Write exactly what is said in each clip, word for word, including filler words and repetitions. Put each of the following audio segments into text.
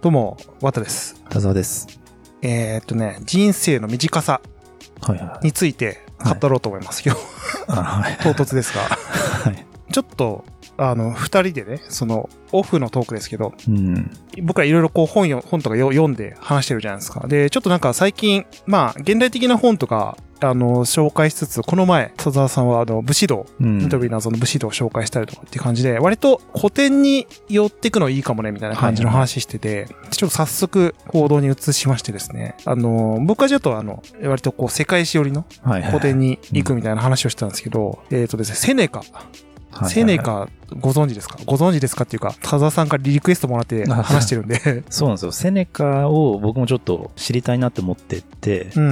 どうも、わたです。 田沢です。 えー、っとね、人生の短さについて語ろうと思います、はいはい、今日。唐突ですが、はい、ちょっと、あの、二人でね、その、オフのトークですけど、うん、僕らいろいろこう本よ、本とか読んで話してるじゃないですか。で、ちょっとなんか最近、まあ、現代的な本とか、あの、紹介しつつ、この前、田沢さんは、あの、武士道、インタビューなその武士道を紹介したりとかっていう感じで、割と古典に寄っていくのいいかもね、みたいな感じの話してて、はいはい、ちょっと早速行動に移しましてですね、あの、僕はちょっとあの、割とこう、世界史寄りの古典に行くみたいな話をしてたんですけど、えっとですね、セネカ。セネカご存知ですかご存知ですかっていうか、田沢さんからリクエストもらって話してるんでそうなんですよ。セネカを僕もちょっと知りたいなって思ってて、うん、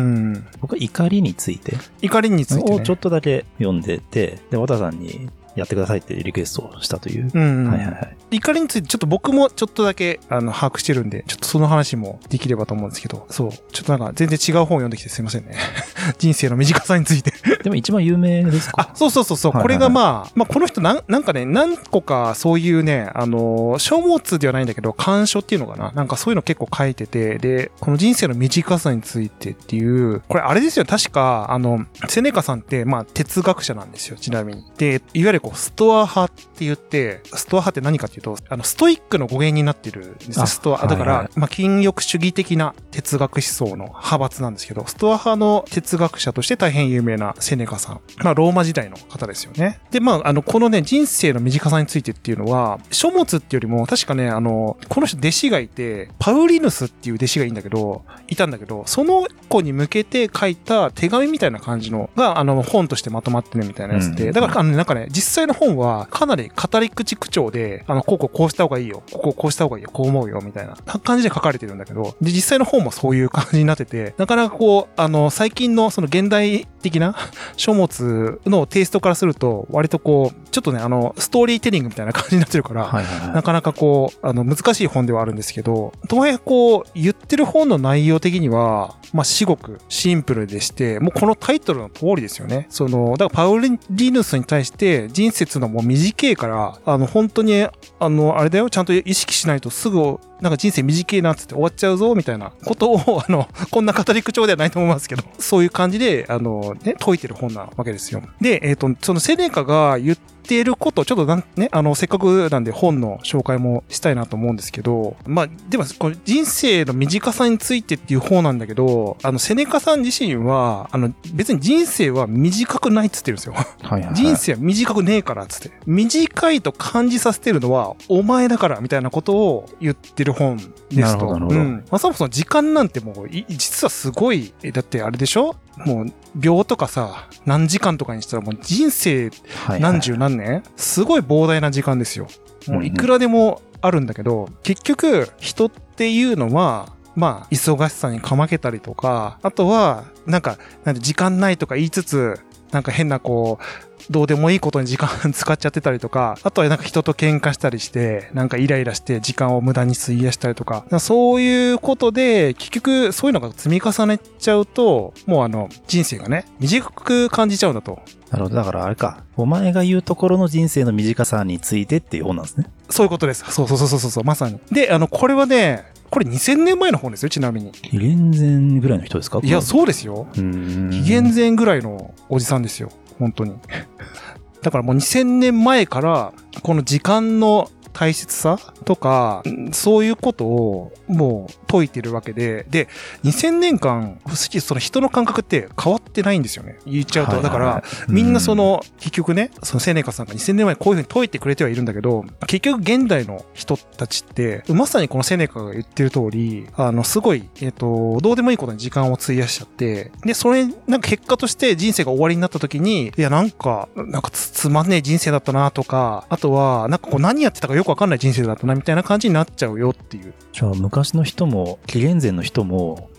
僕は怒りについて怒りについて、ね、 をちょっとだけ読んでて、で和田さんにやってくださいってリクエストをしたという、 うんはいはいはい、怒りについてちょっと僕もちょっとだけあの把握してるんで、ちょっとその話もできればと思うんですけど、そうちょっとなんか全然違う本を読んできてすいませんね人生の短さについてでも一番有名ですか？ あ、そうそうそうそう、はいはいはい、これがまあまあこの人なんなんかね何個かそういうねあの書物ではないんだけど漢書っていうのかな、なんかそういうの結構書いてて、でこの人生の短さについてっていうこれあれですよ、確かあのセネカさんってまあ哲学者なんですよ、ちなみに。でいわゆるこうストア派って言って、ストア派って何かっていうと、あのストイックの語源になってるんですよ、ストア。だから、はいはい、まあ禁欲主義的な哲学思想の派閥なんですけど、ストア派の哲学者として大変有名なセネカさん。まあローマ時代の方ですよね。で、まああのこのね人生の短さについてっていうのは、書物っていうよりも確かね、あのこの人弟子がいて、パウリヌスっていう弟子がいいんだけど、いたんだけど、その子に向けて書いた手紙みたいな感じのがあの本としてまとまってるみたいなやつで、うん、だからあのなんかね実際の本はかなり語り口口調で、あの、こうこうこうした方がいいよ、こここうした方がいいよ、こう思うよ、みたいな感じで書かれてるんだけど、で、実際の本もそういう感じになってて、なかなかこう、あの、最近のその現代的な書物のテイストからすると、割とこう、ちょっとね、あの、ストーリーテリングみたいな感じになってるから、はいはいはい、なかなかこう、あの、難しい本ではあるんですけど、とはいえこう、言ってる本の内容的には、まあ、至極シンプルでして、もうこのタイトルの通りですよね。その、だからパウリヌスに対して人生っていうのはもう短いから、あの、本当に、あの、あれだよ、ちゃんと意識しないとすぐ、なんか人生短いなっつって終わっちゃうぞ、みたいなことを、あの、こんな語り口調ではないと思いますけど、そういう感じで、あの、ね、解いてる本なわけですよ。で、えっと、そのセネカが言っていること、ちょっとなんね、あの、せっかくなんで本の紹介もしたいなと思うんですけど、まあ、でも、この人生の短さについてっていう本なんだけど、あの、セネカさん自身は、あの、別に人生は短くないっつってるんですよ。はいはいはい、人生は短くねえからっつって。短いと感じさせてるのは、お前だから、みたいなことを言ってる本ですと。うん。まあ、そもそも時間なんてもう、実はすごい、だってあれでしょ？もう、秒とかさ、何時間とかにしたらもう人生何十何年、はいはい、すごい膨大な時間ですよ。もういくらでもあるんだけど、うんうん、結局、人っていうのは、まあ、忙しさにかまけたりとか、あとは、なんか、なんで時間ないとか言いつつ、なんか変なこう、どうでもいいことに時間使っちゃってたりとか、あとはなんか人と喧嘩したりして、なんかイライラして時間を無駄に費やしたりとか、そういうことで、結局そういうのが積み重ねちゃうと、もうあの、人生がね、短く感じちゃうんだと。 なるほど。だからあれか。お前が言うところの人生の短さについてっていう本なんですね。 そういうことです。そうそうそうそうそう、まさに。で、あの、これはね、これにせんねんまえの本ですよ、ちなみに。 紀元前ぐらいの人ですか？ いや、そうですよ。紀元前ぐらいのおじさんですよ。本当に。だからもうにせんねんまえから、この時間の大切さとか、そういうことをもう解いてるわけで、で、にせんねんかん、その人の感覚って変わってないんですよね。言っちゃうと。だから、みんなその、結局ね、そのセネカさんがにせんねんまえこういうふうに解いてくれてはいるんだけど、結局現代の人たちって、まさにこのセネカが言ってる通り、あの、すごい、えっと、どうでもいいことに時間を費やしちゃって、で、それ、なんか結果として人生が終わりになった時に、いや、なんか、なんかつ、つまんねえ人生だったなとか、あとは、なんかこう何やってたかよくわかんない人生だったなみたいな感じになっちゃうよっていう。 じゃあ昔の人も紀元前の人も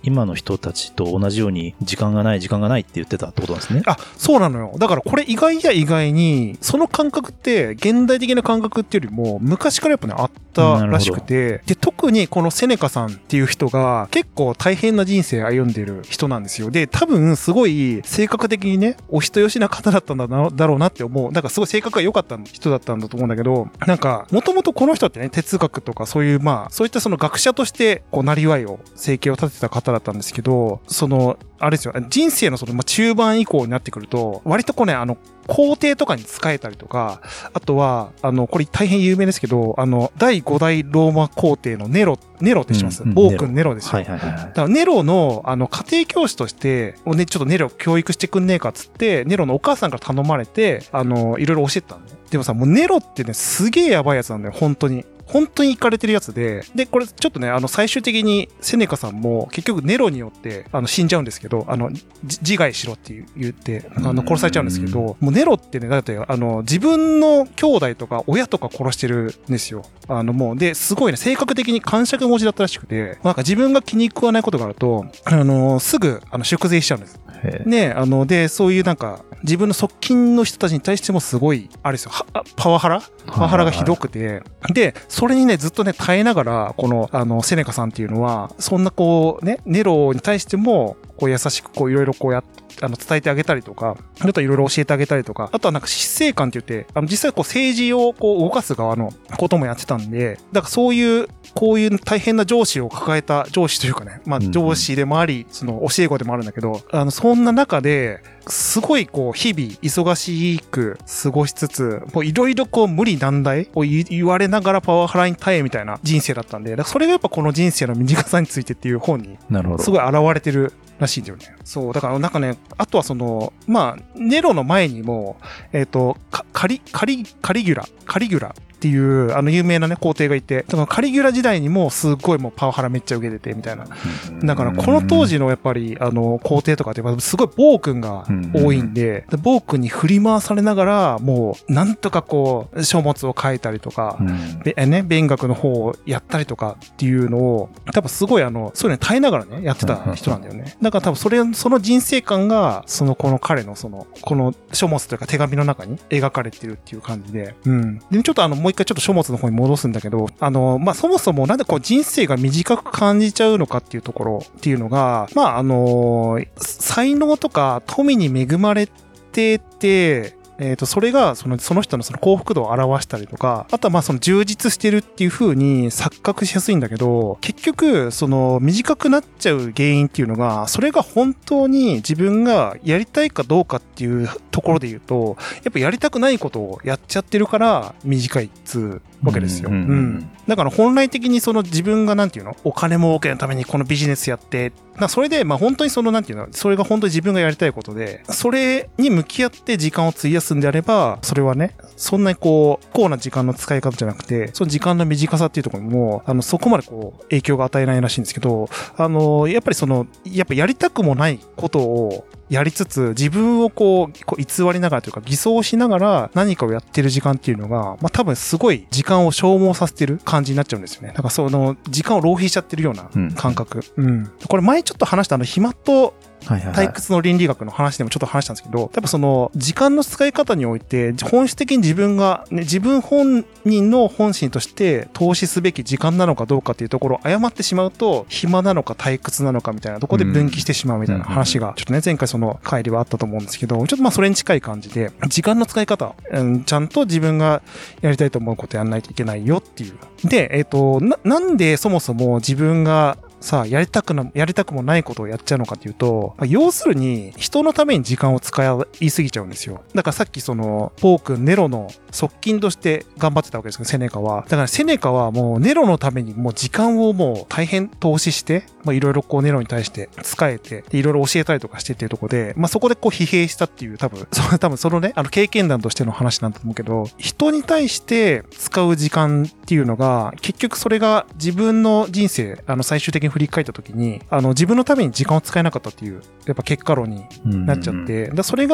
今の人たちと同じように時間がない時間がないって言ってたってことなんですね。 あ、そうなのよ。だからこれ意外や意外に、その感覚って現代的な感覚っていうよりも昔からやっぱねあったらしくて、で、特にこのセネカさんっていう人が結構大変な人生歩んでる人なんですよ。で、多分すごい性格的にね、お人よしな方だったんだな、だろうなって思う。なんかすごい性格が良かった人だったんだと思うんだけど、なんか、もともとこの人ってね、哲学とかそういう、まあ、そういったその学者として、こう、なりわいを、生計を立てた方だったんですけど、その、あれですよ、人生のその、まあ、中盤以降になってくると、割とこうね、あの、皇帝とかに仕えたりとか、あとは、あの、これ大変有名ですけど、あの、だいご代ローマ皇帝のネロ、ネロって知ってます？暴君ネロですよ。はいはいはい。だからネロの、あの、家庭教師として、ね、ちょっとネロ教育してくんねえかっつって、ネロのお母さんから頼まれて、あの、いろいろ教えてたんで。でもさ、もうネロってね、すげえやばいやつなんだよ、本当に。本当にイカれてるやつで、で、これちょっとね、あの、最終的にセネカさんも結局ネロによって、あの、死んじゃうんですけど、あの、自害しろって言って、あの、殺されちゃうんですけど、もうネロってね、だって、あの、自分の兄弟とか親とか殺してるんですよ。あの、もう、で、すごいね、性格的に癇癪持ちだったらしくて、なんか自分が気に食わないことがあると、あの、すぐ、あの、粛清しちゃうんです。ね、あの、で、そういうなんか、自分の側近の人たちに対してもすごい、あれですよ、パワハラパワハラがひどくて、で、それにね、ずっとね、耐えながら、この、あの、セネカさんっていうのは、そんなこう、ね、ネロに対しても、こう優しくこういろいろこうやっあの伝えてあげたりとか、あとはいろいろ教えてあげたりとか、あとはなんか執政官って言って、あの実際こう政治をこう動かす側のこともやってたんで、だからそういう、こういう大変な上司を抱えた上司というかね、まあ上司でもあり、その教え子でもあるんだけど、あのそんな中で、すごいこう日々忙しく過ごしつつ、もういろいろこう無理難題を言われながらパワハラに耐えみたいな人生だったんで、だからそれがやっぱこの人生の短さについてっていう本に、すごい現れてるらしいんだよね。そう。だからなんかね、あとはその、まあ、ネロの前にも、えっと、カリ、カリ、カリギュラ、カリギュラっていう、あの有名なね、皇帝がいて、だからカリギュラ時代にもすっごいもうパワハラめっちゃ受けてて、みたいな。だからこの当時のやっぱり、あの、皇帝とかって、すごい暴君が多いんで、暴君に振り回されながら、もう、なんとかこう、書物を書いたりとか、べね、勉学の方をやったりとかっていうのを、多分すごいあの、そういうのに耐えながらね、やってた人なんだよね。だから多分それ、その人生観が、その、この彼のその、この書物というか手紙の中に描かれてるっていう感じで、うん。で、ちょっとあの、もう一回ちょっと書物の方に戻すんだけど、あの、まあ、そもそもなんでこう人生が短く感じちゃうのかっていうところっていうのが、まあ、あの、才能とか富に恵まれてて、えっと、それが、その、その人のその幸福度を表したりとか、あとはまあその充実してるっていう風に錯覚しやすいんだけど、結局、その短くなっちゃう原因っていうのが、それが本当に自分がやりたいかどうかっていうところで言うと、やっぱやりたくないことをやっちゃってるから短いっつうわけですよ。うん、うんうん。だから本来的にその自分がなんていうの？お金儲けのためにこのビジネスやって、それでまあ本当にそのなんていうの？それが本当に自分がやりたいことで、それに向き合って時間を費やすんであれば、それはね、そんなにこう、不幸な時間の使い方じゃなくて、その時間の短さっていうところにも、あの、そこまでこう、影響が与えないらしいんですけど、あの、やっぱりその、やっぱやりたくもないことを、やりつつ、自分をこう、こう偽りながらというか、偽装しながら何かをやってる時間っていうのが、まあ多分すごい時間を消耗させてる感じになっちゃうんですよね。だからその、時間を浪費しちゃってるような感覚。うん。うん、これ前ちょっと話したあの、暇と、退屈の倫理学の話でもちょっと話したんですけど、やっぱその時間の使い方において本質的に自分が、ね、自分本人の本心として投資すべき時間なのかどうかっていうところを誤ってしまうと暇なのか退屈なのかみたいなところで分岐してしまうみたいな話がちょっとね前回その回ではあったと思うんですけど、ちょっとまあそれに近い感じで時間の使い方、うん、ちゃんと自分がやりたいと思うことやらないといけないよっていう。で、えっと、な、なんでそもそも自分がさあ、やりたくな、やりたくもないことをやっちゃうのかっていうと、要するに、人のために時間を使いすぎちゃうんですよ。だからさっきその、ポー君、ネロの側近として頑張ってたわけですけど、セネカは。だからセネカはもう、ネロのためにもう時間をもう大変投資して、まあいろいろこうネロに対して使えて、いろいろ教えたりとかしてっていうところで、まあそこでこう疲弊したっていう、多分、そ多分そのね、あの経験談としての話なんだと思うけど、人に対して使う時間っていうのが、結局それが自分の人生、あの最終的に振り返った時に、あの自分のために時間を使えなかったっていう、やっぱ結果論になっちゃって、だそれが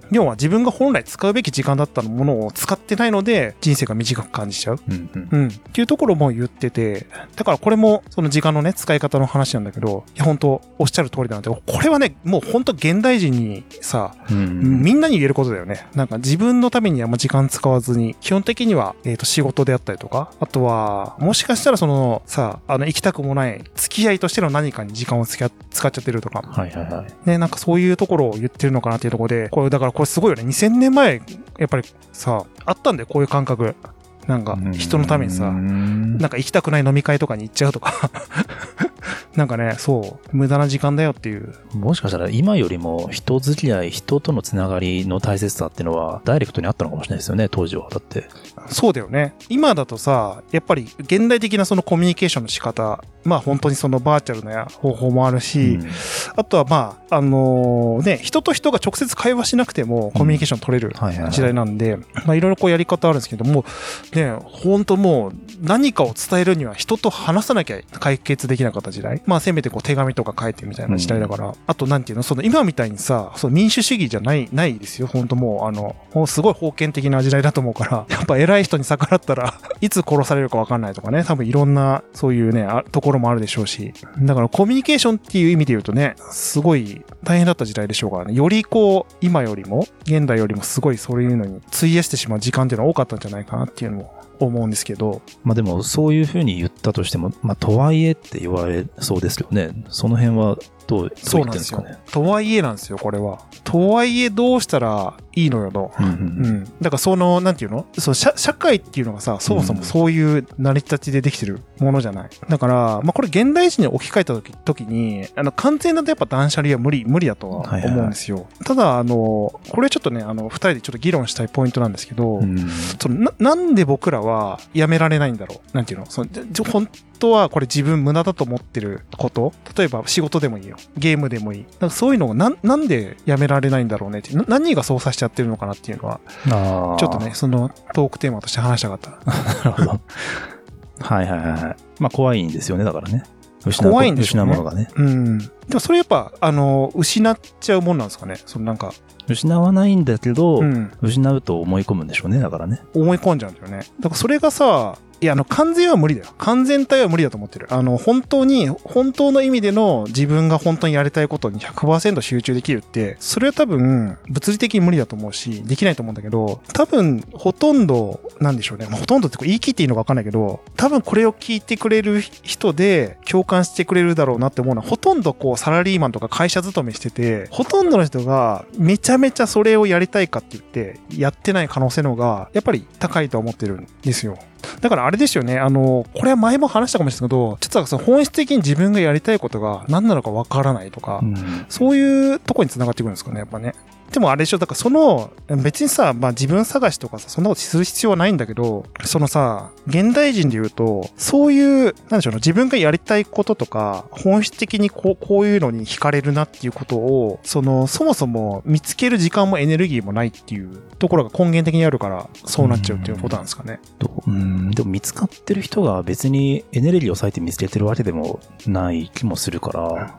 要は自分が本来使うべき時間だったものを使ってないので人生が短く感じちゃう、うんうんうん、っていうところも言ってて、だからこれもその時間のね使い方の話なんだけど、いや本当おっしゃる通りなんで、これはねもう本当現代人にさ、うんうん、みんなに言えることだよね。なんか自分のためにあんま時間使わずに、基本的にはえっと仕事であったりとか、あとはもしかしたらそのさあの行きたくもない付き合いとしての何かに時間を使っちゃってるとか、はいはいはい、ね、なんかそういうところを言ってるのかなっていうところで、これだからこれすごいよね。にせんねんまえやっぱりさあったんだよ、こういう感覚。なんか人のためにさ、なんか行きたくない飲み会とかに行っちゃうとかなんかね、そう無駄な時間だよっていう。 もしかしたら今よりも人付き合い、人とのつながりの大切さっていうのはダイレクトにあったのかもしれないですよね、当時は。だってそうだよね。今だとさ、やっぱり現代的なそのコミュニケーションの仕方、まあ本当にそのバーチャルな方法もあるし、うん、あとはまああのー、ね、人と人が直接会話しなくてもコミュニケーション取れる時代なんで、まあいろいろこうやり方あるんですけども、ね、本当もう何かを伝えるには人と話さなきゃ解決できなかった時代。まあせめてこう手紙とか書いてみたいな時代だから、うん、あとなんていうの、その今みたいにさ、その民主主義じゃないないですよ。本当もうあのもうすごい封建的な時代だと思うから、やっぱ偉い人に逆らったらいつ殺されるか分かんないとかね、多分いろんなそういうねところもあるでしょうし、だからコミュニケーションっていう意味で言うとね、すごい大変だった時代でしょうからね。よりこう今よりも現代よりもすごいそういうのに費やしてしまう時間っていうのは多かったんじゃないかなっていうのも思うんですけど、 まあでもそういうふうに言ったとしても、まあとはいえって言われそうですよね。その辺はどう言ってんですかね。そうなんですよ。 とはいえなんですよ、これは。とはいえどうしたらいいのよと。うん、うんうん。だからその、なんていうの？そう、社、社会っていうのがさ、そもそもそういう成り立ちでできてるものじゃない。だから、まあこれ現代人に置き換えた時、時に、あの、完全なやっぱ断捨離は無理、無理だとは思うんですよ。はいはいはい、ただ、あの、これちょっとね、あの、二人でちょっと議論したいポイントなんですけど、うん、そのな、なんで僕らはやめられないんだろう。なんていうの？その、本当はこれ自分無駄だと思ってること、例えば仕事でもいいよ。ゲームでもいい。なんかそういうのをな、なんでやめられないんだろうねって、何がそうさせちゃってるのかなっていうのは、ちょっとね、そのトークテーマとして話したかった。なるほど。 はいはいはい。まあ怖いんですよね、だからね。失う怖いんですよね。失うものがね。 うん。でもそれやっぱ、あの、失っちゃうもんなんですかね。そのなんか。 失わないんだけど、うん、失うと思い込むんでしょうね、だからね。 思い込んじゃうんだよね。だからそれがさ、いや、あの、完全は無理だよ。完全体は無理だと思ってる。あの、本当に、本当の意味での自分が本当にやりたいことに ひゃくパーセント 集中できるって、それは多分、物理的に無理だと思うし、できないと思うんだけど、多分、ほとんど、なんでしょうね。ほとんどって言い切っていいのか分かんないけど、多分これを聞いてくれる人で、共感してくれるだろうなって思うのは、ほとんどこう、サラリーマンとか会社勤めしてて、ほとんどの人が、めちゃめちゃそれをやりたいかって言って、やってない可能性の方が、やっぱり高いと思ってるんですよ。だからあれですよね、あの、これは前も話したかもしれないけど、実はその本質的に自分がやりたいことが何なのかわからないとか、うん、そういうとこに繋がってくるんですかね、やっぱね。でもあれでしょ、だからその、別にさ、まあ自分探しとかさ、そんなことする必要はないんだけど、そのさ、現代人で言うと、そういう、なんでしょうね、自分がやりたいこととか、本質的にこう、こういうのに惹かれるなっていうことを、その、そもそも見つける時間もエネルギーもないっていうところが根源的にあるから、そうなっちゃうっていうことなんですかね。 うん、うんでも見つかってる人が別にエネルギーを割いて見つけてるわけでもない気もするから、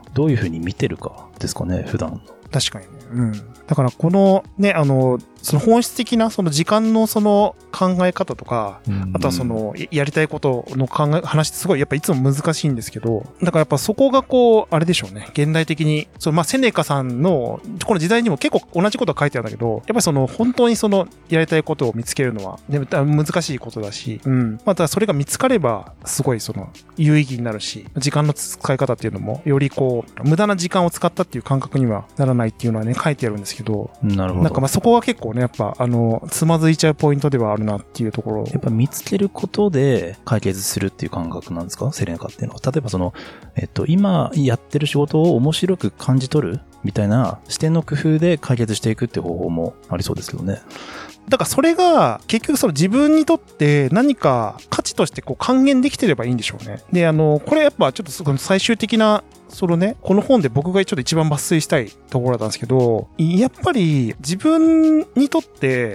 どういうふうに見てるかですかね、普段。 確かにね。うん。だからこのね、あの、その本質的なその時間のその考え方とか、あとはそのやりたいことの考え、話ってすごいやっぱいつも難しいんですけど、だからやっぱそこがこう、あれでしょうね、現代的に、そのまあセネカさんのこの時代にも結構同じことが書いてあるんだけど、やっぱりその本当にそのやりたいことを見つけるのは、ね、難しいことだし、うん。またそれが見つかればすごいその有意義になるし、時間の使い方っていうのもよりこう、無駄な時間を使ったっていう感覚にはならないっていうのはね、書いてあるんですけど、 なるほど。 なんかまあそこは結構ね、やっぱあの、つまずいちゃうポイントではあるなっていうところ。 やっぱ見つけることで解決するっていう感覚なんですか、セレナカっていうのは。例えばその、えっと、今やってる仕事を面白く感じ取るみたいな視点の工夫で解決していくっていう方法もありそうですけどね。 だからそれが結局その自分にとって何か価値としてこう還元できてればいいんでしょうね。で、あの、これやっぱちょっとその最終的なそのね、この本で僕がちょっと一番抜粋したいところだったんですけど、やっぱり自分にとって、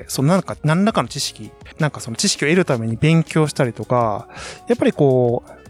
そのなんか何らかの知識、なんかその知識を得るために勉強したりとか、やっぱりこう、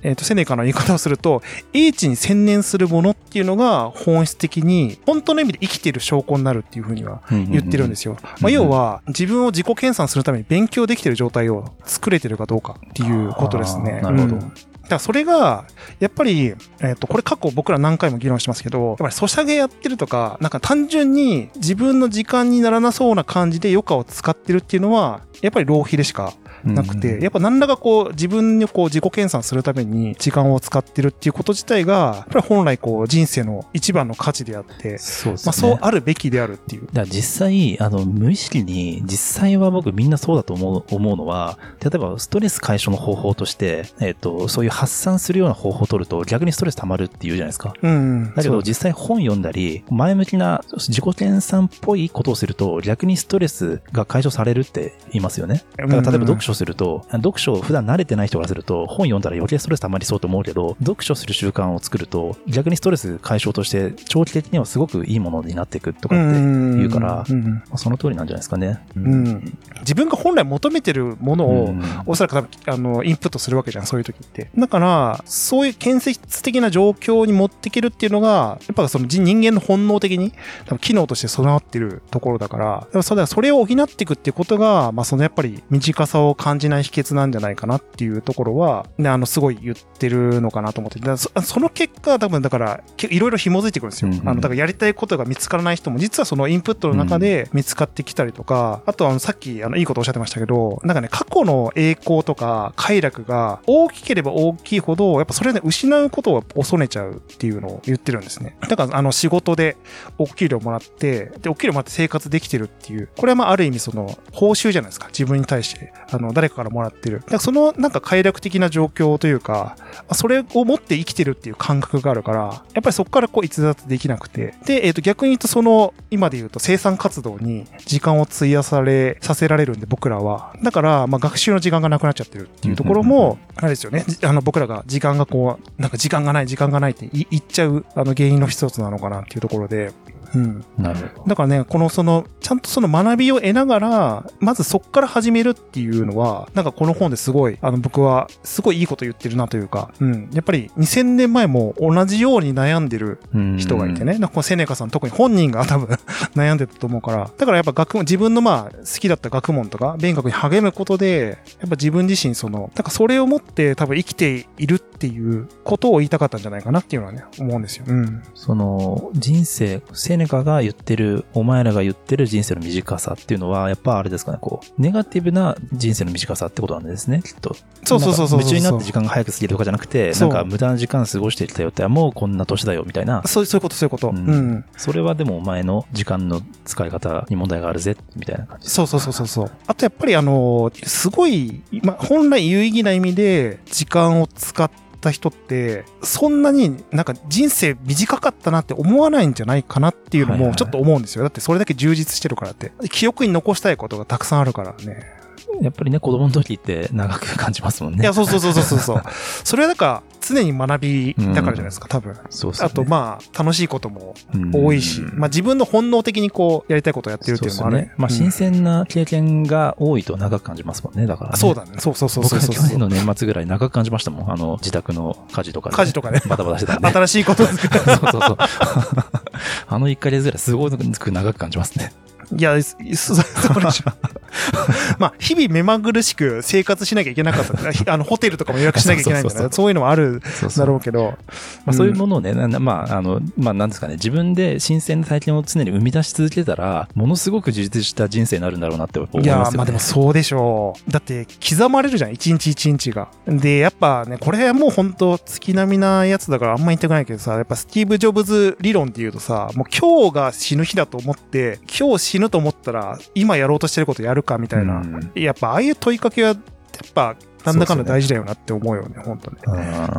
えっと、セネカの言い方をすると、英知に専念するものっていうのが本質的に、本当の意味で生きている証拠になるっていうふうには言ってるんですよ。まあ、要は、自分を自己研鑽するために勉強できている状態を作れてるかどうかっていうことですね。 なるほど。 うんだからそれが、やっぱり、えっと、これ過去僕ら何回も議論してますけど、やっぱりソシャゲやってるとか、なんか単純に自分の時間にならなそうな感じで余暇を使ってるっていうのは、やっぱり浪費でしかなくて、やっぱ何らかこう自分にこう自己研鑽するために時間を使ってるっていうこと自体が、やっぱり本来こう人生の一番の価値であって、 そうですね。 まあそうあるべきであるっていう。 だから実際、あの、無意識に、実際は僕みんなそうだと思う、思うのは、例えばストレス解消の方法として、えっと、そういう発散するような方法を取ると逆にストレス溜まるっていうじゃないですか。 うん。 だけど実際本読んだり、前向きな自己研鑽っぽいことをすると逆にストレスが解消されるって言いますよね。だから例えば読書すると、読書を普段慣れてない人からすると本読んだら余計ストレス溜まりそうと思うけど、読書する習慣を作ると逆にストレス解消として長期的にはすごくいいものになっていくとかって言うから、うんうんその通りなんじゃないですかね。 うんうん、自分が本来求めてるものを、うん、おそらく多分あのインプットするわけじゃん、そういう時って。だからそういう建設的な状況に持っていけるっていうのがやっぱその人間の本能的に多分機能として備わってるところだから、でもそれそれを補っていくっていうことが、まあそのやっぱり短さを感じない秘訣なんじゃないかなっていうところはね、あのすごい言ってるのかなと思って、だそ, その結果多分だからいろいろ紐づいてくるんですよ、うんうん、あのだからやりたいことが見つからない人も実はそのインプットの中で見つかってきたりとか、うん、あとはあのさっきあのいいことおっしゃってましたけど、なんかね過去の栄光とか快楽が大きければ大きいほどやっぱそれね失うことを恐れちゃうっていうのを言ってるんですね。だからあの仕事でお給料もらってでお給料もらって生活できてるっていう、これはまあある意味その報酬じゃないですか、自分に対してあの誰かからもらってる。だからそのなんか快楽的な状況というか、それを持って生きてるっていう感覚があるから、やっぱりそこからこう逸脱できなくて、で、えっと逆に言うとその今で言うと生産活動に時間を費やされさせられるんで僕らは、だからまあ学習の時間がなくなっちゃってるっていうところもあれですよね。あの僕らが時間がこうなんか時間がない時間がないって言っちゃうあの原因の一つなのかなっていうところで。うん、なるほど。だからね、このそのちゃんとその学びを得ながらまずそこから始めるっていうのはなんかこの本ですごいあの僕はすごいいいこと言ってるなというか、うん、やっぱりにせんねんまえも同じように悩んでる人がいてね、なんかこのセネカさん特に本人が多分悩んでたと思うから、だからやっぱ学問自分のまあ好きだった学問とか勉学に励むことでやっぱ自分自身そのなんかそれを持って多分生きているっていうことを言いたかったんじゃないかなっていうのはね思うんですよ。うん、 その人生セネカが言ってるお前らが言ってる人生の短さっていうのはやっぱあれですかね、こうネガティブな人生の短さってことなんですね、きっと。 そうそうそうそうそう。 夢中になって時間が早く過ぎるとかじゃなくて、なんか無駄な時間過ごしてきたよってもうこんな年だよみたいな。 そうそういうことそういうこと。うん。うん、それはでもお前の時間の使い方に問題があるぜみたいな感じ。 そうそうそうそうそう。あとやっぱりあのすごいまあ本来有意義な意味で時間を使って人ってそんなになんか人生短かったなって思わないんじゃないかなっていうのもちょっと思うんですよ。だってそれだけ充実してるからって、記憶に残したいことがたくさんあるからね。 やっぱりね、子供の時って長く感じますもんね。 いや、そうそうそうそうそう。それはなんか常に学びだからじゃないですか、多分。 そうですね。 あとまあ楽しいことも多いし、まあ自分の本能的にこうやりたいことをやってるっていうのもある。 ね、まあ新鮮な経験が多いと長く感じますもんね、だから、ね。 そうだね。そうそうそうそうそう。 僕は去年の年末ぐらい長く感じましたもん。あの自宅の家事とかで、ね。 家事とかね。 バタバタしてたんで。 新しいことですから。そうそうそう。あのいっかげつぐらいすごく長く感じますね。 いや、それじゃまあ日々目まぐるしく生活しなきゃいけなかったあのホテルとかも予約しなきゃいけないんだね。そういうのもあるだろうけど、 まあ、そういうものをね、うん、まああのまあなんですかね、自分で新鮮な体験を常に生み出し続けたらものすごく充実した人生になるんだろうなって思いますよね。いやまあでもそうでしょう。だって刻まれるじゃん、一日一日が。でやっぱねこれはもう本当月並みなやつだからあんま言いたくないけどさ、やっぱスティーブ・ジョブズ理論っていうとさ、もう今日が死ぬ日だと思って今日死ぬと思ってたら今やろうとしてることやるかみたいな、うん、やっぱああいう問いかけはやっぱなんだかんだ大事だよなって思うよね、本当ね。うん。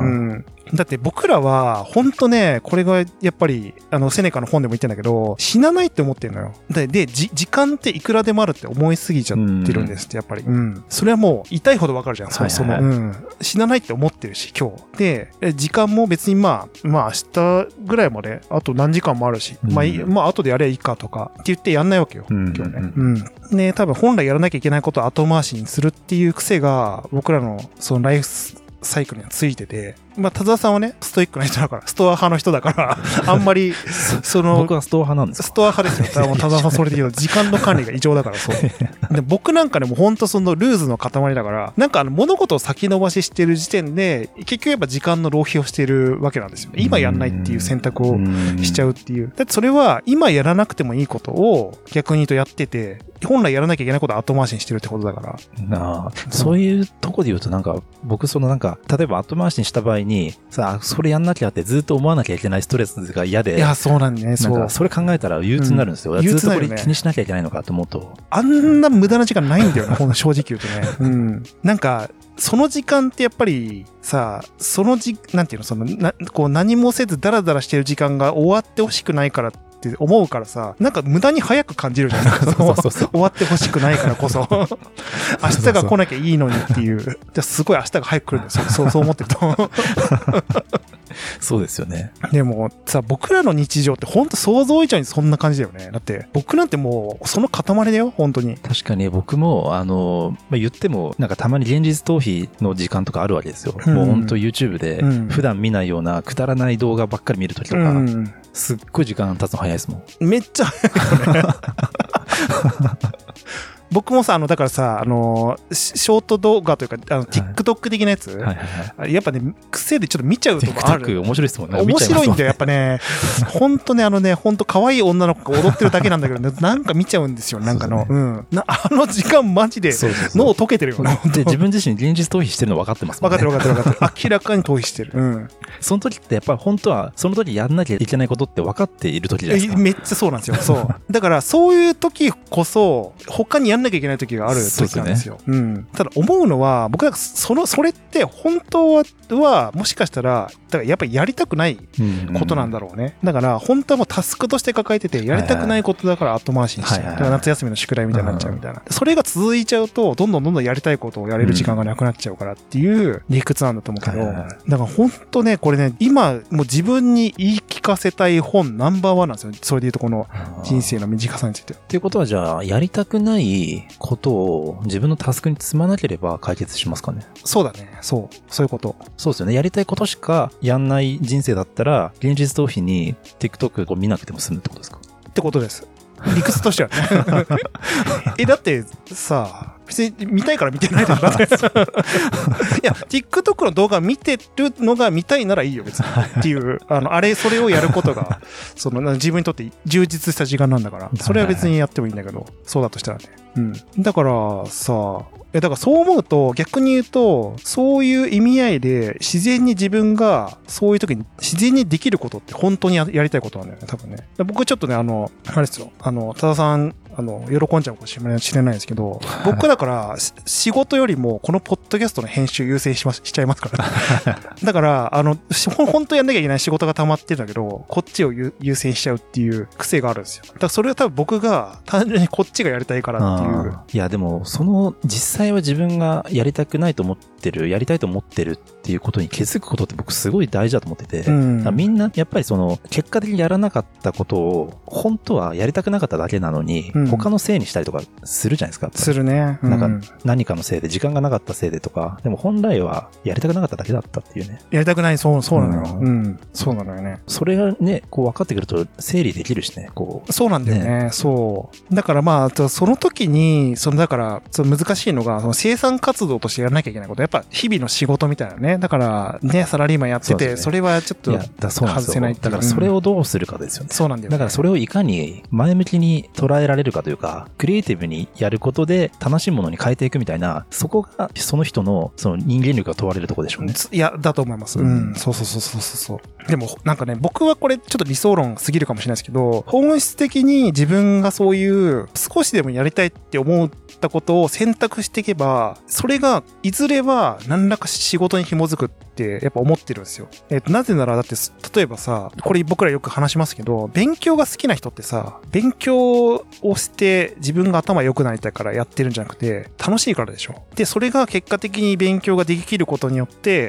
だって僕らは本当ね、これがやっぱりあのセネカの本でも言ってんだけど、死なないって思ってるのよ。で、でじ時間っていくらでもあるって思いすぎちゃってるんですってやっぱり。うん。それはもう痛いほどわかるじゃん。そうそう、はいはい、うん。死なないって思ってるし今日で時間も別にまあまあ明日ぐらいまであと何時間もあるし、うん、まあまあ後でやればいいかとかって言ってやんないわけよ。うん、今日ね。うん。ね、多分本来やらなきゃいけないことを後回しにするっていう癖が僕らのそのライフスサイクルにはついてて、まあ、田沢さんはね、ストイックな人だから、ストア派の人だから、あんまり、その、 僕はストア派なんですか？ ストア派ですよ。田沢さんそれで言うと、時間の管理が異常だから、そう。で僕なんかね、もうほんとそのルーズの塊だから、なんかあの、物事を先延ばししてる時点で、結局やっぱ時間の浪費をしてるわけなんですよ。今やんないっていう選択をしちゃうっていう。だってそれは、今やらなくてもいいことを逆に言うとやってて、本来やらなきゃいけないことを後回しにしてるってことだから。 なあ、そういうとこで言うとなんか、僕そのなんか、例えば後回しにした場合に、さあ、それやんなきゃってずっと思わなきゃいけないストレスが嫌で。 いや、そうなんね、そう。 なんか、それ考えたら憂鬱になるんですよ。うん、ずっとこれ気にしなきゃいけないのかと思うと。 あんな無駄な時間ないんだよね、ほんと正直言うとね。うん。なんか、その時間ってやっぱりさ、そのじ、なんていうの、その、な、こう何もせずダラダラしてる時間が終わってほしくないからって思うからさ、なんか無駄に早く感じるじゃないですか。そうそうそう、終わってほしくないからこそ。明日が来なきゃいいのにっていう。じゃあすごい明日が早く来るんですよ。そう、そう思ってると。 そうですよね。 でもさ、僕らの日常って本当想像以上にそんな感じだよね。だって僕なんてもうその塊だよ、本当に。 確かに僕もあの、まあ、言ってもなんかたまに現実逃避の時間とかあるわけですよ。うん、もう本当 YouTube で普段見ないようなくだらない動画ばっかり見るときとか、うん、すっごい時間経つの早いですもん。 めっちゃ早いよね。僕もさ、あの、だからさ、あの、ショート動画というか、あの、TikTok 的なやつ、はいはいはい、やっぱね、癖でちょっと見ちゃうとこある。 TikTok 面白いですもんね。 面白いんだよ、やっぱね。ほんとね、あのね、ほんと可愛い女の子が踊ってるだけなんだけど、ね、なんか見ちゃうんですよ、なんかの。うね、うん。なあの時間マジで脳溶けてるよね。 で、自分自身現実逃避してるの分かってますもんね。 分かってる分かってる分かってる。明らかに逃避してる。うん。 その時ってやっぱ本当は、その時やんなきゃいけないことって分かっている時じゃないですか。 めっちゃそうなんですよ。そう。だから、そういう時こそ、他にやんなきゃいけない時がある時なんですよ。う、ね、うん。ただ思うのは、僕はその、それって本当は、もしかしたら、だからやっぱりやりたくないことなんだろうね。うんうん、だから、本当はもうタスクとして抱えてて、やりたくないことだから後回しにしちゃう。だから夏休みの宿題みたいになっちゃうみたいな。それが続いちゃうと、どんどんどんどんやりたいことをやれる時間がなくなっちゃうからっていう理屈なんだと思うけど、だから本当ね、これね、今、もう自分に言い聞かせたい本ナンバーワンなんですよ。それで言うとこの人生の短さについて。 っていうことはじゃあ、やりたくないことを自分のタスクに積まなければ解決しますかね？ そうだね。そう。そういうこと。 そうですよね。やりたいことしかやんない人生だったら、現実逃避に TikTok を見なくても済むってことですか？ ってことです。理屈としてはね。え、だってさ、別に見たいから見てないでしょ。だっていや、TikTok の動画見てるのが見たいならいいよ、別に。っていう、あの、あれ、それをやることが、その、自分にとって充実した時間なんだから、それは別にやってもいいんだけど、そうだとしたらね。うん。だからさ、え、だからそう思うと、逆に言うと、そういう意味合いで、自然に自分が、そういう時に自然にできることって本当に や, やりたいことなんだよね、多分ね。僕ちょっとね、あの、あれですよ、あの、多田さん、あの、喜んじゃうかもしれないですけど、僕だから、仕事よりも、このポッドキャストの編集優先しましちゃいますから。だから、あの、本当やんなきゃいけない仕事が溜まってるんだけど、こっちを優先しちゃうっていう癖があるんですよ。だからそれは多分僕が、単純にこっちがやりたいからっていう。 いや、でも、その、実際は自分がやりたくないと思ってる、やりたいと思ってるっていうことに気づくことって僕すごい大事だと思ってて、うん、みんな、やっぱりその、結果的にやらなかったことを、本当はやりたくなかっただけなのに、うん、他のせいにしたりとかするじゃないですか。 するね。 うん、なんか何かのせいで時間がなかったせいでとか、でも本来はやりたくなかっただけだったっていうね。 やりたくない、そう、そうなのよ。うん。うん、そうなのよね。 それがね、こう分かってくると整理できるしね、こう。 そうなんだよね。ね、そう。だからまあ、その時に、そのだから、その難しいのが、その生産活動としてやらなきゃいけないこと、やっぱ日々の仕事みたいなね。だからね、サラリーマンやってて、 そ, ね、それはちょっと外せないっていう。 だからそれをどうするかですよね。 そうなんだよね。 だからそれをいかに前向きに捉えられるかというか、クリエイティブにやることで楽しいものに変えていくみたいな、そこがその人のその人間力が問われるところでしょうね。 いや、だと思います。うん。うん、そうそうそうそうそう。でもなんかね、僕はこれちょっと理想論すぎるかもしれないですけど、本質的に自分がそういう少しでもやりたいって思ったことを選択していけば、それがいずれは何らか仕事に紐づくってやっぱ思ってるんですよ。えっと、なぜならだって例えばさ、これ僕らよく話しますけど、勉強が好きな人ってさ、勉強をして自分が頭良くなりたいからやってるんじゃなくて、楽しいからでしょ。で、それが結果的に勉強ができることによって、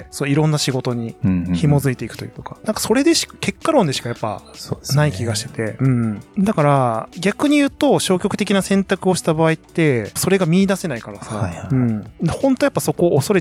そういろんな仕事に紐づいていくというか、なんかそれでし結果論でしかやっぱない気がしてて、う、ね、うん。だから逆に言うと消極的な選択をした場合ってそれが見出せないからさ、はいはい、うん。本当はやっぱそこを恐れ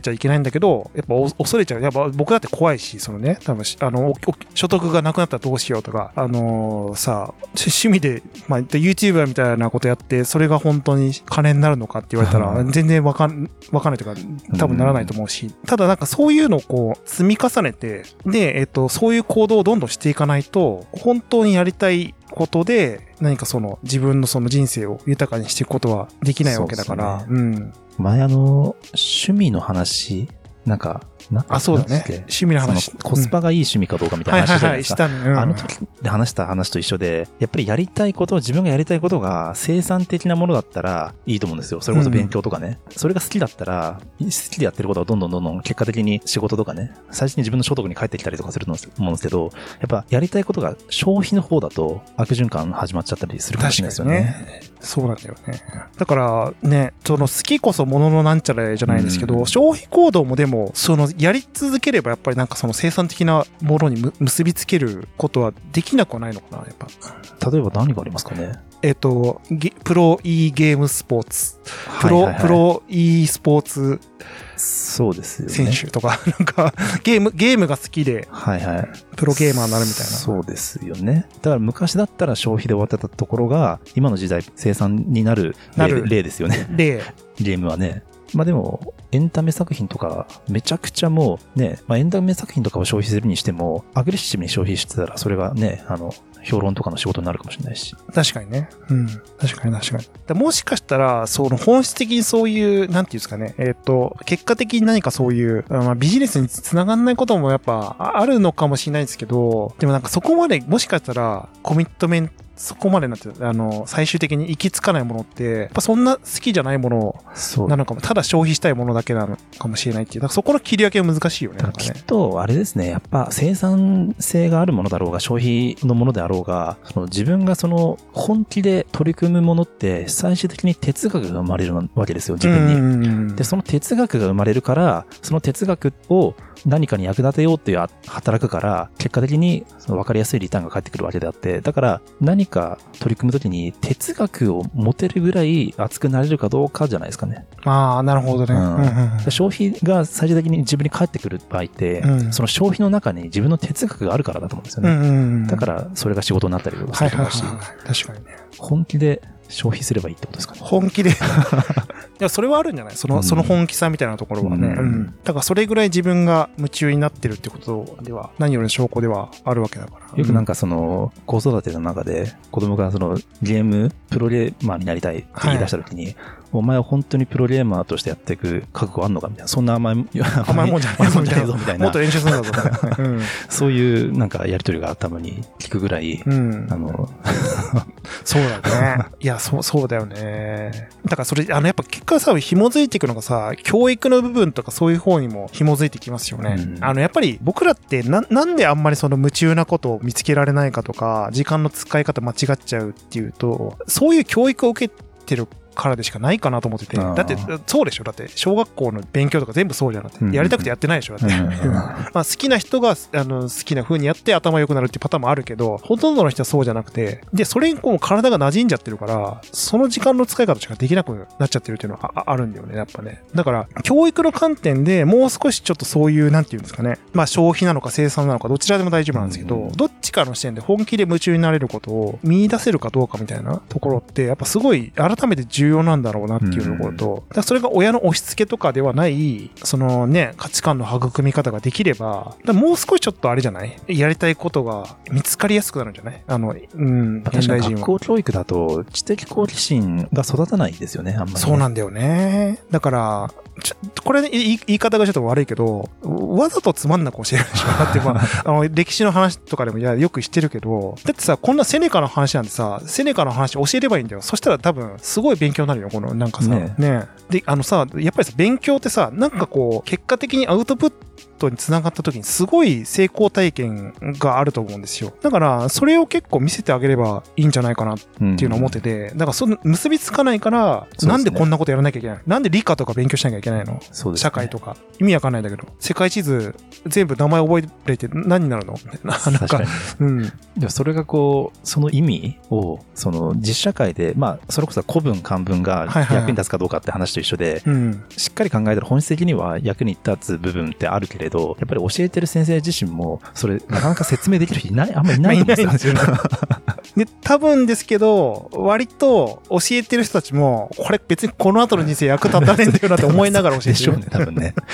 ちゃいけないんだけど、やっぱ恐れちゃう。やっぱ僕だって怖いし、そのね、多分、あの、所得がなくなったらどうしようとか、あのー、さ、趣味で、まあ、YouTuber みたいなことやって、それが本当に金になるのかって言われたら、全然わかん、わかんないというか、多分ならないと思うし、ただなんかそういうのをこう、積み重ねて、で、えっと、そういう行動をどんどんしていかないと、本当にやりたいことで、何かその自分のその人生を豊かにしていくことはできないわけだから、うね、うん。 前あの、趣味の話、なんか、なあ、そうだね。趣味の話。 コスパがいい趣味かどうかみたいな話じゃないですか。 はいはいはい、したね。うん、 あの時で話した話と一緒で、やっぱりやりたいこと、自分がやりたいことが生産的なものだったらいいと思うんですよ。それこそ勉強とかね。うん、それが好きだったら、好きでやってることはどんどんどんどん結果的に仕事とかね、最初に自分の所得に返ってきたりとかすると思うんですけど、やっぱやりたいことが消費の方だと悪循環始まっちゃったりするかもしれないですよね。 確かにね。そうなんだよね。だからね、その好きこそもののなんちゃらじゃないですけど、うん、消費行動もでも、そのやり続ければやっぱりなんかその生産的なものに結びつけることはできなくはないのかな、やっぱ。例えば何がありますかね。 えっと、プロ e ゲームスポーツ。プロ、はいはいはい、プロ e スポーツ。 そうですよね。 選手とか、なんか、ゲーム、ゲームが好きで、 はいはい。 プロゲーマーになるみたいな。 そうですよね。だから昔だったら消費で終わってたところが、今の時代生産になる例、なる例ですよね。 例。 ゲームはね。まあでも、エンタメ作品とか、めちゃくちゃもうね、まあエンタメ作品とかを消費するにしても、アグレッシブに消費してたら、それがね、あの、評論とかの仕事になるかもしれないし。 確かにね。うん。確かに確かに。だもしかしたら、その本質的にそういう、なんていうんですかね。えっ、ー、と、結果的に何かそういう、まあ、ビジネスにつながんないこともやっぱあるのかもしれないですけど、でもなんかそこまでもしかしたらコミットメント、そこまでなって、あの、最終的に行き着かないものって、やっぱそんな好きじゃないものなのかも、ただ消費したいものだけなのかもしれないっていう、だからそこの切り分けは難しいよね。 だからきっと、あれですね、やっぱ生産性があるものだろうが、消費のものであろうが、その自分がその本気で取り組むものって、最終的に哲学が生まれるわけですよ、自分に。で、その哲学が生まれるから、その哲学を何かに役立てようっていう働くから、結果的にその分かりやすいリターンが返ってくるわけであって、だから何か取り組むときに哲学を持てるぐらい熱くなれるかどうかじゃないですかね。 ああ、なるほどね。うんうんうん、 消費が最終的に自分に返ってくる場合って、うん、その消費の中に自分の哲学があるからだと思うんですよね。うんうんうん、だからそれが仕事になったりとかすると思うし、 はいはいはいはい、確かにね。 本気で消費すればいいってことですかね。 本気で。いや、それはあるんじゃないその、うん、その本気さみたいなところはね、うんうん。だからそれぐらい自分が夢中になってるってことでは、何よりの証拠ではあるわけだから。 よくなんかその、子育ての中で、子供がその、ゲーム、プロゲーマーになりたいって言い出した時に、はい、お前は本当にプロゲーマーとしてやっていく覚悟あんのかみたいな、そんな甘い、 甘いもんじゃないぞみたいな。みたいなもっと練習するんだぞみたいな。うん、 そういうなんかやりとりがたまに聞くぐらい、うん、あの、 そうだね。いや、そう、そうだよね。だからそれ、あの、やっぱ結果さ、紐づいていくのがさ、教育の部分とかそういう方にも紐づいてきますよね。うん、あの、やっぱり僕らってな、なんであんまりその夢中なことを見つけられないかとか、時間の使い方間違っちゃうっていうと、そういう教育を受けてるからでしかないかなと思ってて。だって、そうでしょだって、小学校の勉強とか全部そうじゃなくて、やりたくてやってないでしょだって。まあ好きな人が、あの、好きな風にやって頭良くなるっていうパターンもあるけど、ほとんどの人はそうじゃなくて、で、それにこう体が馴染んじゃってるから、その時間の使い方しかできなくなっちゃってるっていうのは あ, あるんだよね、やっぱね。だから、教育の観点でもう少しちょっとそういう、なんていうんですかね。まあ消費なのか生産なのか、どちらでも大丈夫なんですけど、どっちかの視点で本気で夢中になれることを見出せるかどうかみたいなところって、やっぱすごい改めて重要なんだろうなっていうところと、だからそれが親の押し付けとかではない、そのね、価値観の育み方ができれば、だもう少しちょっとあれじゃないやりたいことが見つかりやすくなるんじゃないあの、うん、 現代人は。学校教育だと知的好奇心が育たないですよね、あんまり、ね。 そうなんだよね。だから、ちょこれ、ね、言い方がちょっと悪いけど、わざとつまんなく教えるでしょだって、まあ、あの、歴史の話とかでもいやよく知ってるけど、だってさ、こんなセネカの話なんてさ、セネカの話教えればいいんだよ。そしたら多分、すごい勉強になるよ、この、なんかさ、ね。ねで、あのさ、やっぱりさ、勉強ってさ、なんかこう、結果的にアウトプットに繋がった時にすごい成功体験があると思うんですよ。だからそれを結構見せてあげればいいんじゃないかなっていうのを思ってて、だからその結びつかないから、なんでこんなことやらなきゃいけない、なんで理科とか勉強しなきゃいけないの、そうですね、社会とか意味わかんないんだけど、世界地図全部名前覚えれて何になるのなんか、 確かに、 うん、 でもそれがこうその意味をその実社会で、まあそれこそ古文漢文が役に立つかどうかって話と一緒で、はいはいはい、うん、しっかり考えたら本質的には役に立つ部分ってあるけれど、やっぱり教えてる先生自身もそれなかなか説明できる人いないあんまりいないと思うんですよね。 で多分ですけど割と教えてる人たちもこれ別にこの後の人生役立たねえんだよなって思いながら教えてるでしょうね多分ね。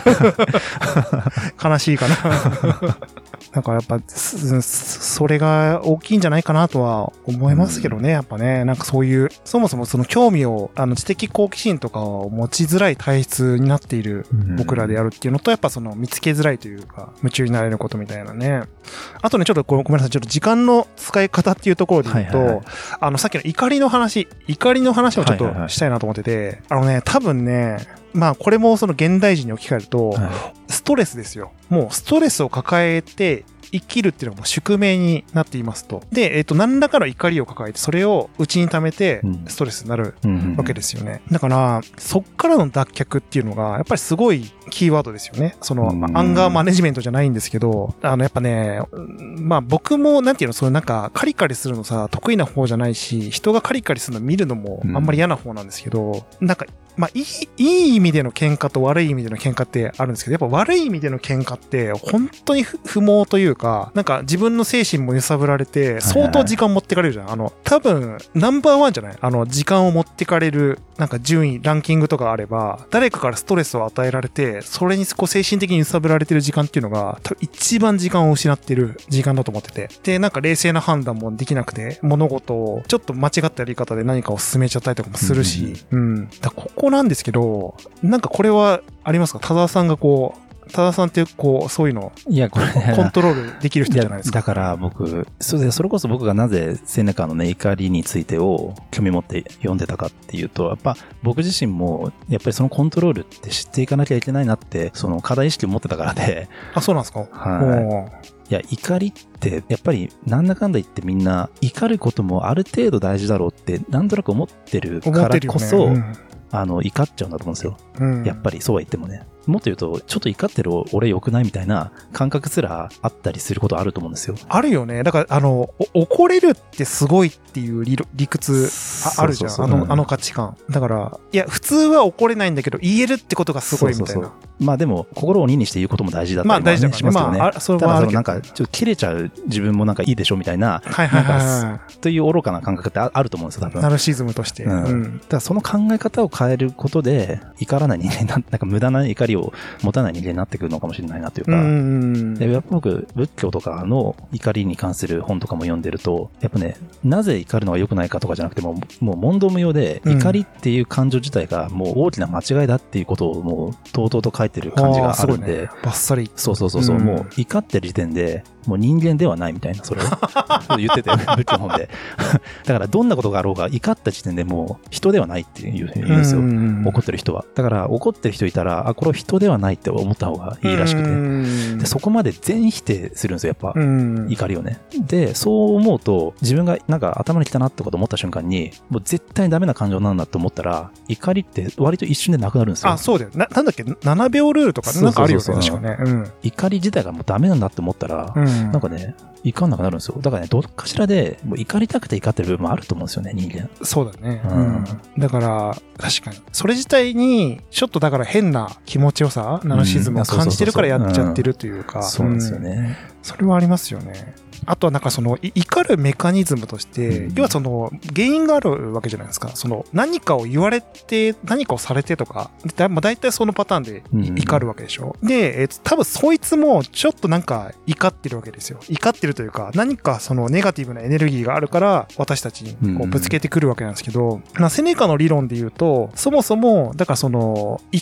悲しいかな。なんかやっぱそれが大きいんじゃないかなとは思いますけどね、やっぱね、なんかそういうそもそもその興味をあの知的好奇心とかを持ちづらい体質になっている僕らであるっていうのと、やっぱその見つけづらいというか夢中になれることみたいなね。あとねちょっとごめんなさい、ちょっと時間の使い方っていうところで言うと、はいはいはい、あのさっきの怒りの話怒りの話をちょっとしたいなと思ってて、はいはいはい、あのね多分ねまあこれもその現代人に置き換えると、はい、ストレスですよ。もうストレスを抱えて生きるっていうのがもう宿命になっていますと。で、えっと、何らかの怒りを抱えて、それを内に溜めて、ストレスになるわけですよね。だから、そっからの脱却っていうのが、やっぱりすごいキーワードですよね。その、アンガーマネジメントじゃないんですけど、あの、やっぱね、まあ僕も、なんていうの、そのなんか、カリカリするのさ、得意な方じゃないし、人がカリカリするの見るのもあんまり嫌な方なんですけど、なんか、まあ、いい、いい意味での喧嘩と悪い意味での喧嘩ってあるんですけど、やっぱ悪い意味での喧嘩って、本当に不毛というか、なんか自分の精神も揺さぶられて、相当時間持ってかれるじゃん。あの、多分、ナンバーワンじゃない？あの、時間を持ってかれる、なんか順位、ランキングとかあれば、誰かからストレスを与えられて、それにこう精神的に揺さぶられてる時間っていうのが、多分一番時間を失ってる時間だと思ってて。で、なんか冷静な判断もできなくて、物事をちょっと間違ったやり方で何かを進めちゃったりとかもするし、うん、うん。だここなんですけど、なんかこれはありますか？田沢さんがこう、田沢さんってこう、そういうの、いや、これ、コントロールできる人じゃないですか。 だから僕、それそれこそ僕がなぜセネカのね、怒りについてを興味持って読んでたかっていうと、やっぱ僕自身も、やっぱりそのコントロールって知っていかなきゃいけないなって、その課題意識を持ってたからで。 あ、そうなんですか？ はい。いや、怒りって、やっぱりなんだかんだ言ってみんな、怒ることもある程度大事だろうって、なんとなく思ってるからこそ、ね、うん、あの、怒っちゃうんだと思うんですよ。うん、やっぱりそうは言ってもね。もっと言うと、ちょっと怒ってる俺良くないみたいな感覚すらあったりすることあると思うんですよ。 あるよね。だから、あの、怒れるってすごいっていう 理, 理屈 あ, あるじゃん。そうそうそう、あの、うん、あの価値観。だから、いや、普通は怒れないんだけど、言えるってことがすごいみたいな。そうそうそう、まあでも、心を鬼にして言うことも大事だったりも、ね、まあ大事だからね、しますよね。まあ、それはただそのなんか、ちょっと切れちゃう自分もなんかいいでしょみたいな、はいはいはい、なんかという愚かな感覚ってあると思うんですよ、多分。 ナルシズムとして。うん。うん、 だからその考え方を変えることで、怒らない人間なんか無駄な怒りを持たない人間になってくるのかもしれないなというか、うん、でやっぱ僕仏教とかの怒りに関する本とかも読んでると、やっぱね、なぜ怒るのが良くないかとかじゃなくてももう問答無用で、怒りっていう感情自体がもう大きな間違いだっていうことをもうとうとうと書いてる感じがあるんで、 ね、バッサリ、 そうそうそうそう、うん、もう怒ってる時点でもう人間ではないみたいな、それを言ってて仏教の本でだからどんなことがあろうが怒った時点でもう人ではないっていう言うんですよ、怒ってる人は。だから怒ってる人いたら、あ、これは人ではないって思った方がいいらしくて、でそこまで全否定するんですよ、やっぱ怒りをね。でそう思うと、自分がなんか頭にきたなってこと思った瞬間に、もう絶対にダメな感情なんだと思ったら、怒りって割と一瞬でなくなるんですよ。 あ、そうだよ。な、なんだっけ、ななびょうルールとかなんかあるよね、確かね、うん、 怒り自体がもうダメなんだって思ったら、うん、なんかね、怒んなくなるんですよ。だからね、どっかしらでもう怒りたくて怒ってる部分もあると思うんですよね、人間。 そうだね、うん、だから確かにそれ自体にちょっとだから変な気持ちよさ、ナルシズムを感じてるからやっちゃってるというか、 そうなんですよね、 うん、それはありますよね。あとはなんかその怒るメカニズムとして、うん、要はその原因があるわけじゃないですか。その何かを言われて何かをされてとか、だ、まあ、大体そのパターンで怒るわけでしょ、うん、で、えー、多分そいつもちょっとなんか怒ってるわけですよ。怒ってるというか、何かそのネガティブなエネルギーがあるから私たちにこうぶつけてくるわけなんですけど、うん、まあ、セネカの理論で言うと、そもそもだからその怒って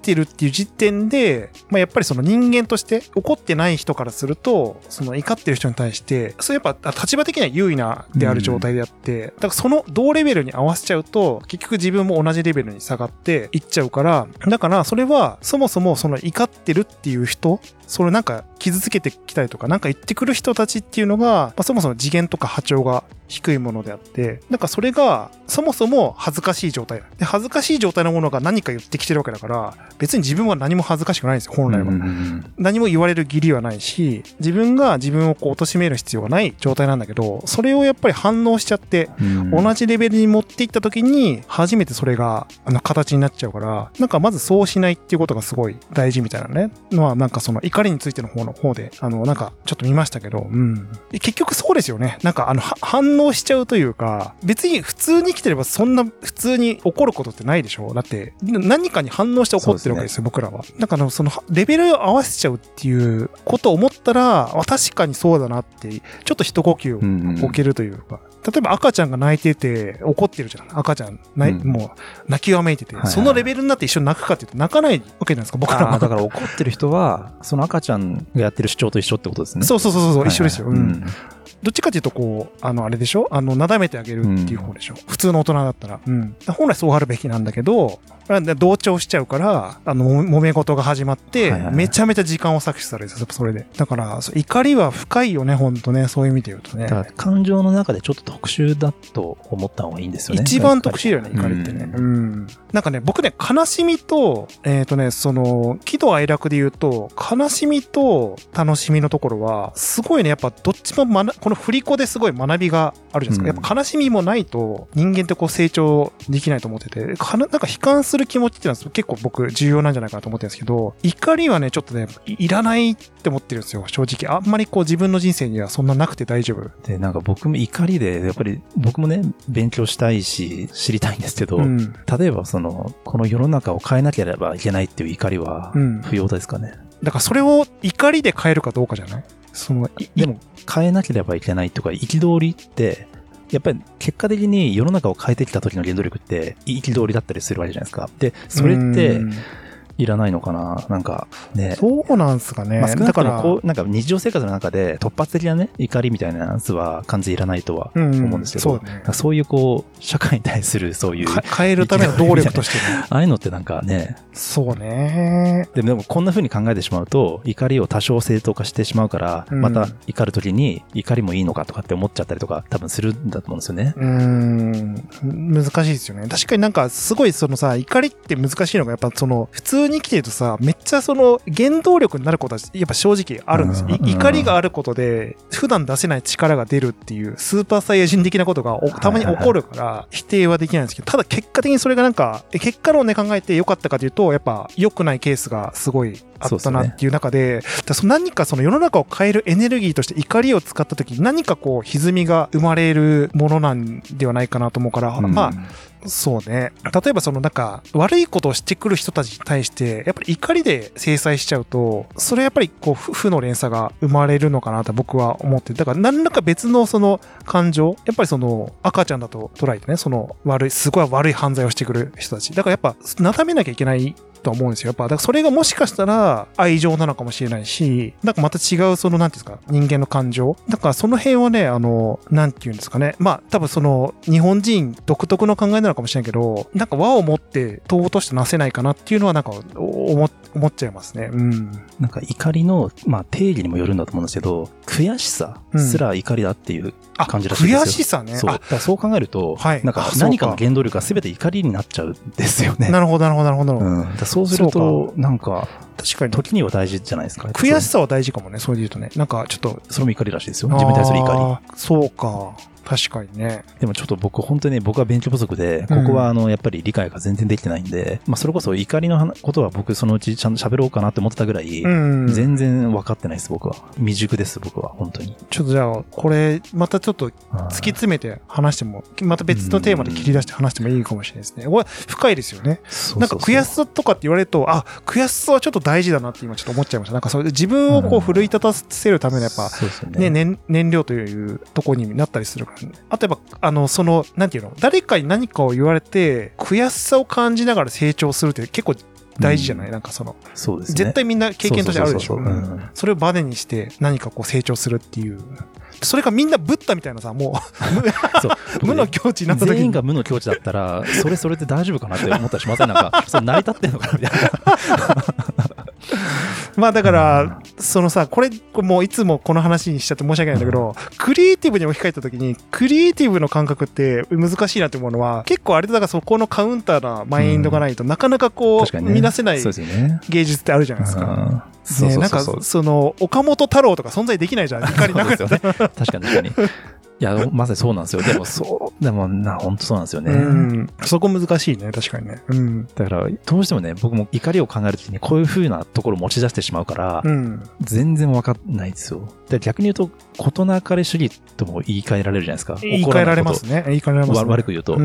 てるっていう時点で、まあ、やっぱりその人間として怒ってない人からすると、その怒ってる人に対して、それやっぱ立場的には優位なである状態であって、うん、だからその同レベルに合わせちゃうと、結局自分も同じレベルに下がっていっちゃうから、だからそれはそもそもその怒ってるっていう人、それなんか傷つけてきたりとかなんか言ってくる人たちっていうのが、まあ、そもそも次元とか波長が低いものであって、なんかそれがそもそも恥ずかしい状態で、恥ずかしい状態のものが何か言ってきてるわけだから、別に自分は何も恥ずかしくないんですよ、本来は。うんうんうん、何も言われる義理はないし、自分が自分をこう貶める必要がない状態なんだけど、それをやっぱり反応しちゃって、うんうん、同じレベルに持っていった時に初めてそれがあの形になっちゃうから、なんかまずそうしないっていうことがすごい大事みたいなねのは、なんかその怒りについての方の方であのなんかちょっと見ましたけど、うん、結局そうですよね。なんかあの反応しちゃうというか、別に普通に生きてればそんな普通に怒ることってないでしょ。だって何かに反応して怒ってるわけですよ、僕らは。だからそのレベルを合わせちゃうっていうことを思ったら、確かにそうだなってちょっと一呼吸を置けるというか、うんうん、例えば赤ちゃんが泣いてて怒ってるじゃん。赤ちゃん、うん、もう泣きわめいてて、はいはい、そのレベルになって一緒に泣くかっていうと泣かないわけじゃないですか、僕らは。 だから怒ってる人はその赤ちゃんがやってる主張と一緒ってことですね。 そうそうそうそう、はいはい、一緒ですよ。うん、どっちかっていうとこうあのあれでしょ、あのなだめてあげるっていう方でしょ、うん、普通の大人だったら、うん、本来そうあるべきなんだけど、同調しちゃうからあの揉め事が始まって、はいはいはい、めちゃめちゃ時間を搾取されるんですよ、それで。だから怒りは深いよね、本当ね、そういう意味で言うとね。 だから感情の中でちょっと特殊だと思った方がいいんですよね。 一番特殊だよね、怒りってね。うん、うん、なんかね、僕ね、悲しみとえっとね、その喜怒哀楽で言うと、悲しみと楽しみのところはすごいね、やっぱどっちも学この振り子ですごい学びがあるじゃないですか。うん、やっぱ悲しみもないと人間ってこう成長できないと思ってて、かななんか悲観する気持ちっていうのは結構僕重要なんじゃないかなと思ってるんですけど、怒りはねちょっとね い, いらないって思ってるんですよ、正直。あんまりこう自分の人生にはそんななくて大丈夫で、なんか僕も怒りでやっぱり僕もね勉強したいし知りたいんですけど、うん、例えばそのこの世の中を変えなければいけないっていう怒りは不要ですかね。 うん、だからそれを怒りで変えるかどうかじゃない？そのでも変えなければいけないとか憤りってやっぱり結果的に世の中を変えてきた時の原動力って憤りだったりするわけじゃないですか。でそれっていらないのかな、なんかね。 そうなんすかね。 まあ、少なくともこうなんか日常生活の中で突発的なね怒りみたいなやつは完全いらないとは思うんですけど、うんうん そうね、そういうこう社会に対するそういう変えるための動力としてねああいうのってなんかね、 そうね。 でもでもこんな風に考えてしまうと怒りを多少正当化してしまうから、うん、また怒る時に怒りもいいのかとかって思っちゃったりとか多分するんだと思うんですよね。 うーん、難しいですよね。確かになんかすごいそのさ、怒りって難しいのがやっぱその普通に生きてるとさ、めっちゃその原動力になることはやっぱ正直あるんですよ。怒りがあることで普段出せない力が出るっていうスーパーサイヤ人的なことがたまに起こるから否定はできないんですけど、ただ結果的にそれがなんか結果論で考えて良かったかというとやっぱ良くないケースがすごいあったなっていう中で、だその何かその世の中を変えるエネルギーとして怒りを使った時に何かこう歪みが生まれるものなんではないかなと思うから、うん、まあそうね。例えばそのなんか悪いことをしてくる人たちに対してやっぱり怒りで制裁しちゃうと、それやっぱりこう負の連鎖が生まれるのかなと僕は思って、だから何らか別のその感情、やっぱりその赤ちゃんだと捉えてね、その悪いすごい悪い犯罪をしてくる人たちだからやっぱなだめなきゃいけないと思うんですよ。やっぱだからそれがもしかしたら愛情なのかもしれないし、なんかまた違うそのなんていうんですか、人間の感情だからその辺はね、あのなんていうんですかね、まあ多分その日本人独特の考えなのかもしれないけど、なんか和を持って尊しとなせないかなっていうのはなんか思思っちゃいますね。うん。 なんか怒りのまあ定義にもよるんだと思うんですけど、悔しさすら怒りだっていう感じらしいですよ。 あ、悔しさね。 そう。だからそう考えると、はい、なんか何かの原動力が全て怒りになっちゃうんですよね。 なるほどなるほどなるほど。 うん。だそうするとなんか確かに時には大事じゃないですか。 悔しさは大事かもね。そういう言うとね、なんかちょっとそれも怒りらしいですよ。自分に対する怒り。そうか。確かにね。 でもちょっと僕本当にね、僕は勉強不足で、ここはあのやっぱり理解が全然できてないんで、うん、まあそれこそ怒りのことは僕そのうちちゃんと喋ろうかなって思ってたぐらい、うん、全然分かってないです僕は。未熟です僕は本当に。 ちょっとじゃあこれまたちょっと突き詰めて話しても、また別のテーマで切り出して話してもいいかもしれないですね。これ深いですよね。そうそうそう。なんか悔しさとかって言われると、あ、悔しさはちょっと大事だなって今ちょっと思っちゃいました。なんかそれ自分をこう奮い立たせるためのやっぱ、うん、ね、ね、燃料というところになったりするからね。あとやっぱあのそのなんていうの、誰かに何かを言われて悔しさを感じながら成長するって結構大事じゃない、うん、なんかその、 そうですね。 絶対みんな経験としてあるでしょ。それをバネにして何かこう成長するっていう。それがみんなブッダみたいなさ、もうそう無の境地になった時に全員が無の境地だったら、それそれで大丈夫かなって思ったりしません？なんか、それ成り立ってんのかなみたいな。 まあだから、そのさ、これ、もういつもこの話にしちゃって申し訳ないんだけど、クリエイティブに置き換えた時に、クリエイティブの感覚って難しいなって思うのは、結構あれだからそこのカウンターなマインドがないと、なかなかこう、生み出せない芸術ってあるじゃないですか。ね、なんか、その、岡本太郎とか存在できないじゃん。怒りなくて。 確かに確かに。いや、まさにそうなんですよ。でも、そう、でもな、本当そうなんですよね。 うん。そこ難しいね、確かにね。うん。 だから、どうしてもね、僕も怒りを考えるときに、こういう風なところを持ち出してしまうから、うん、全然わかんないですよ。で逆に言うと、事なかれ主義とも言い換えられるじゃないですか。 言い換えられますね。言い換えられますね。 悪く言うと。うん。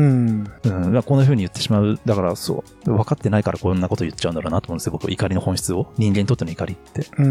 うん。こんな風に言ってしまう。だから、そう、分かってないからこんなこと言っちゃうんだろうなと思うんですよ。僕、怒りの本質を。人間にとっての怒りって。うん。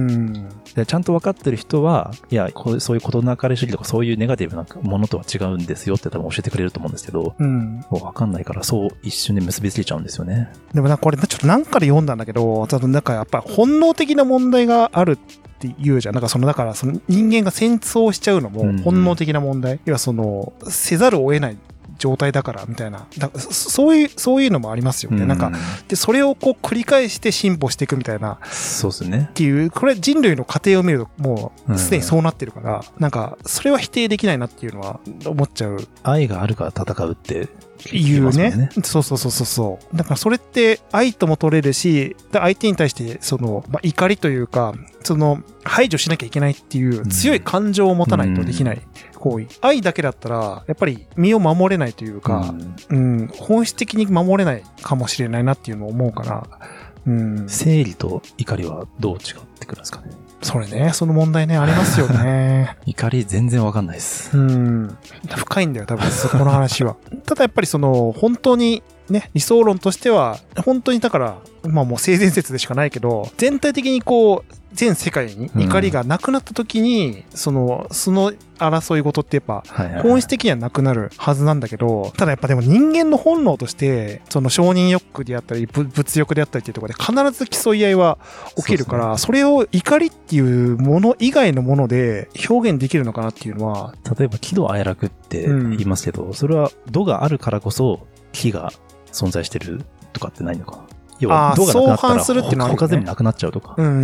でちゃんと分かってる人は、いや、こうそういう事なかれ主義とか、そういうネガティブなものとは違うんですよって多分教えてくれると思うんですけど、うん。分かんないから、そう一瞬で結びついちゃうんですよね。 でもなんかこれ、ちょっと何かで読んだんだけど、なんかやっぱ本能的な問題があるって言うじゃん。なんかその、だからその人間が戦争しちゃうのも本能的な問題。うんうん、要はその、せざるを得ない状態だからみたいな。だそういう、そういうのもありますよね。うん、なんか、で、それをこう繰り返して進歩していくみたいな。 そうですね。 っていう、これ人類の過程を見るともうすでにそうなってるから、うん、なんか、それは否定できないなっていうのは思っちゃう。 愛があるから戦うって。 言うね。そうそうそうそうそう。だからそれって愛とも取れるし、相手に対してその、まあ、怒りというか、その排除しなきゃいけないっていう強い感情を持たないとできない行為。うん、愛だけだったらやっぱり身を守れないというか、うん、うん、本質的に守れないかもしれないなっていうのを思うから。うん、 正義と怒りはどう違ってくるんですかね。 それね、その問題ね、ありますよね。 怒り全然わかんないです。 うん。深いんだよ、多分、この話は。ただやっぱりその、本当にね、理想論としては、本当にだから、まあもう性善説でしかないけど、全体的にこう、全世界に怒りがなくなった時に、うん、その、その争い事ってやっぱ、本質的にはなくなるはずなんだけど、ただやっぱでも人間の本能として、その承認欲であったり、物欲であったりっていうところで必ず競い合いは起きるから、それを怒りっていうもの以外のもので表現できるのかなっていうのは。 例えば喜怒哀楽って言いますけど、うん、それは怒があるからこそ喜が存在してるとかってないのかな。要は度がなくなったらするっていうのは、ね、 他全部なくなっちゃうとか。 うん。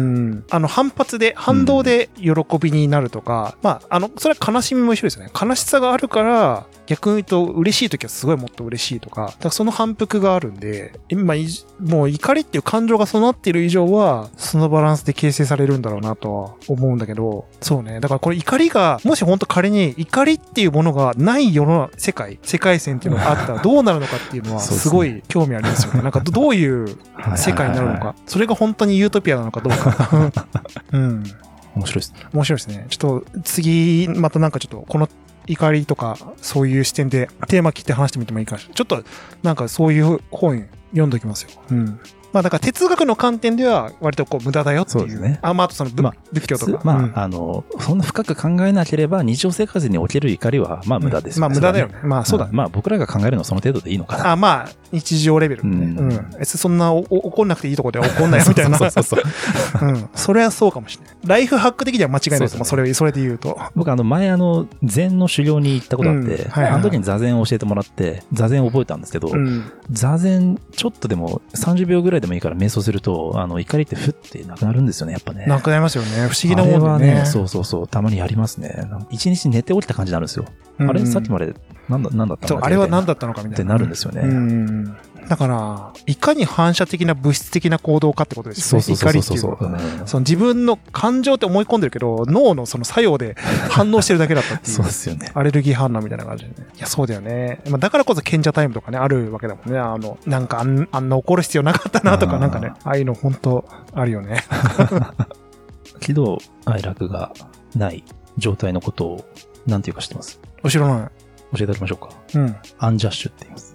あの、反発で、反動で喜びになるとか、うん、まあ、あの、それは悲しみも一緒ですよね。悲しさがあるから、逆に言うと嬉しい時はすごいもっと嬉しいとか、だからその反復があるんで、今、もう怒りっていう感情が備わっている以上は、そのバランスで形成されるんだろうなとは思うんだけど、そうね。だからこれ怒りが、もし本当仮に怒りっていうものがない世の世界、世界線っていうのがあったらどうなるのかっていうのは、すごい興味ありますよね。なんかどういう世界になるのか。それが本当にユートピアなのかどうか。うん。 面白いですね。 面白いですね。ちょっと次、またなんかちょっとこの怒りとかそういう視点でテーマ切って話してみてもいいかしら。ちょっとなんかそういう本読んどきますよ。うん。まあだから哲学の観点では割とこう無駄だよっていう。そうですね。あ、まああとその仏、まあ、仏教とか。 まあ、うん、あの、そんな深く考えなければ日常生活における怒りはまあ無駄ですよね。 うん、まあ無駄だよね。まあそうだ、ね。 まあ僕らが考えるのはその程度でいいのかな。 あ、まあ日常レベルで、ね。うん。うん、そんな怒んなくていいとこでは怒んないみたいな。そうそうそうそう。うん。それはそうかもしれない。ライフハック的には間違いないです。もうそれ、それで言うと。 僕あの前あの禅の修行に行ったことあって、うんはいはい、あの時に座禅を教えてもらって座禅を覚えたんですけど、うん、座禅ちょっとでもさんじゅうびょうぐらいでもいいから瞑想すると、あの、怒りってふってなくなるんですよね、やっぱね。 なくなりますよね。不思議なもんだね。 あれはね、そうそうそう、たまにやりますね。一日寝て起きた感じになるんですよ。うん、あれさっきまで、なんだ、なんだったのかあれは何だったのかみたいな。 ってなるんですよね。 うんだから、いかに反射的な物質的な行動かってことですよね。 そうそうそうそう怒りっていう。その自分の感情って思い込んでるけど、脳のその作用で反応してるだけだったっていう。 そうですよね。 アレルギー反応みたいな感じでね。いや、そうだよね。まあ、だからこそ賢者タイムとかね、あるわけだもんね。あの、なんかあん、あんな怒る必要なかったなとか、なんかね、ああいうの本当あるよね。 喜怒哀楽がない状態のことを、なんていうか知ってます？ お知らない。 教えていただきましょうか。 うん。 アンジャッシュって言います。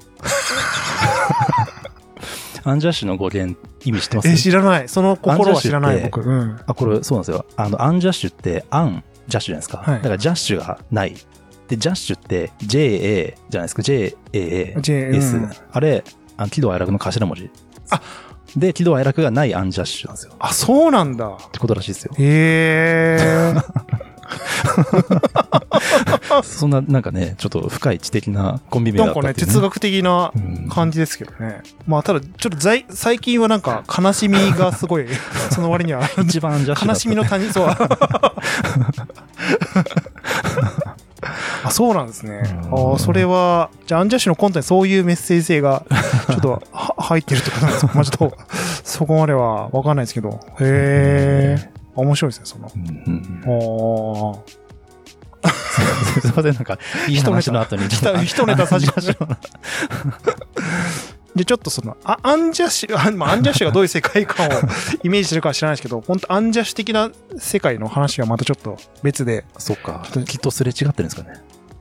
アンジャッシュの語源意味知ってます？ え、知らない。その心は知らない僕。うん。 あ、これそうなんですよ。あの、アンジャッシュって、アンジャッシュじゃないですか。はい、だからジャッシュがない。で、ジャッシュって ジェーエー じゃないですか。ジェーエーエー。J、うん、S。あれ、あの喜怒哀楽の頭文字。 あ、 で、喜怒哀楽がないアンジャッシュなんですよ。 あ、そうなんだ。 ってことらしいですよ。 へー。 そんな、なんかね、ちょっと深い知的なコンビ名だったっていう、ね。 なんかね、哲学的な感じですけどね。うん、まあ、ただ、ちょっと在最近はなんか、悲しみがすごい、その割には。 一番アンジャッシュだった、ね。 悲しみの谷、そう。あ、そうなんですね。あ、それは、じゃあ、アンジャッシュのコントにそういうメッセージ性が、ちょっとは入ってるってことなんですか。まあ、ちょっと、そこまではわかんないですけど。へー。面白いですね、その。うん、あすいません、なんか、いい話の後に一ネタ、一ネタさじましょう。で、ちょっとその、あアンジャッシュ、あまあ、アンジャッシュがどういう世界観をイメージしてるかは知らないですけど、本当アンジャッシュ的な世界の話はまたちょっと別で。 そうか。きっとすれ違ってるんですかね。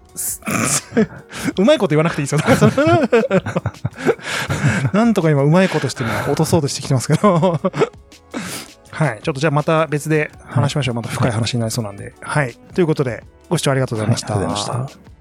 うまいこと言わなくていいですよ。なんとか今うまいことして落とそうとしてきてますけど。はい。ちょっとじゃあまた別で話しましょう。また深い話になりそうなんで。はい。ということで、ご視聴ありがとうございました。 はい、ありがとうございました。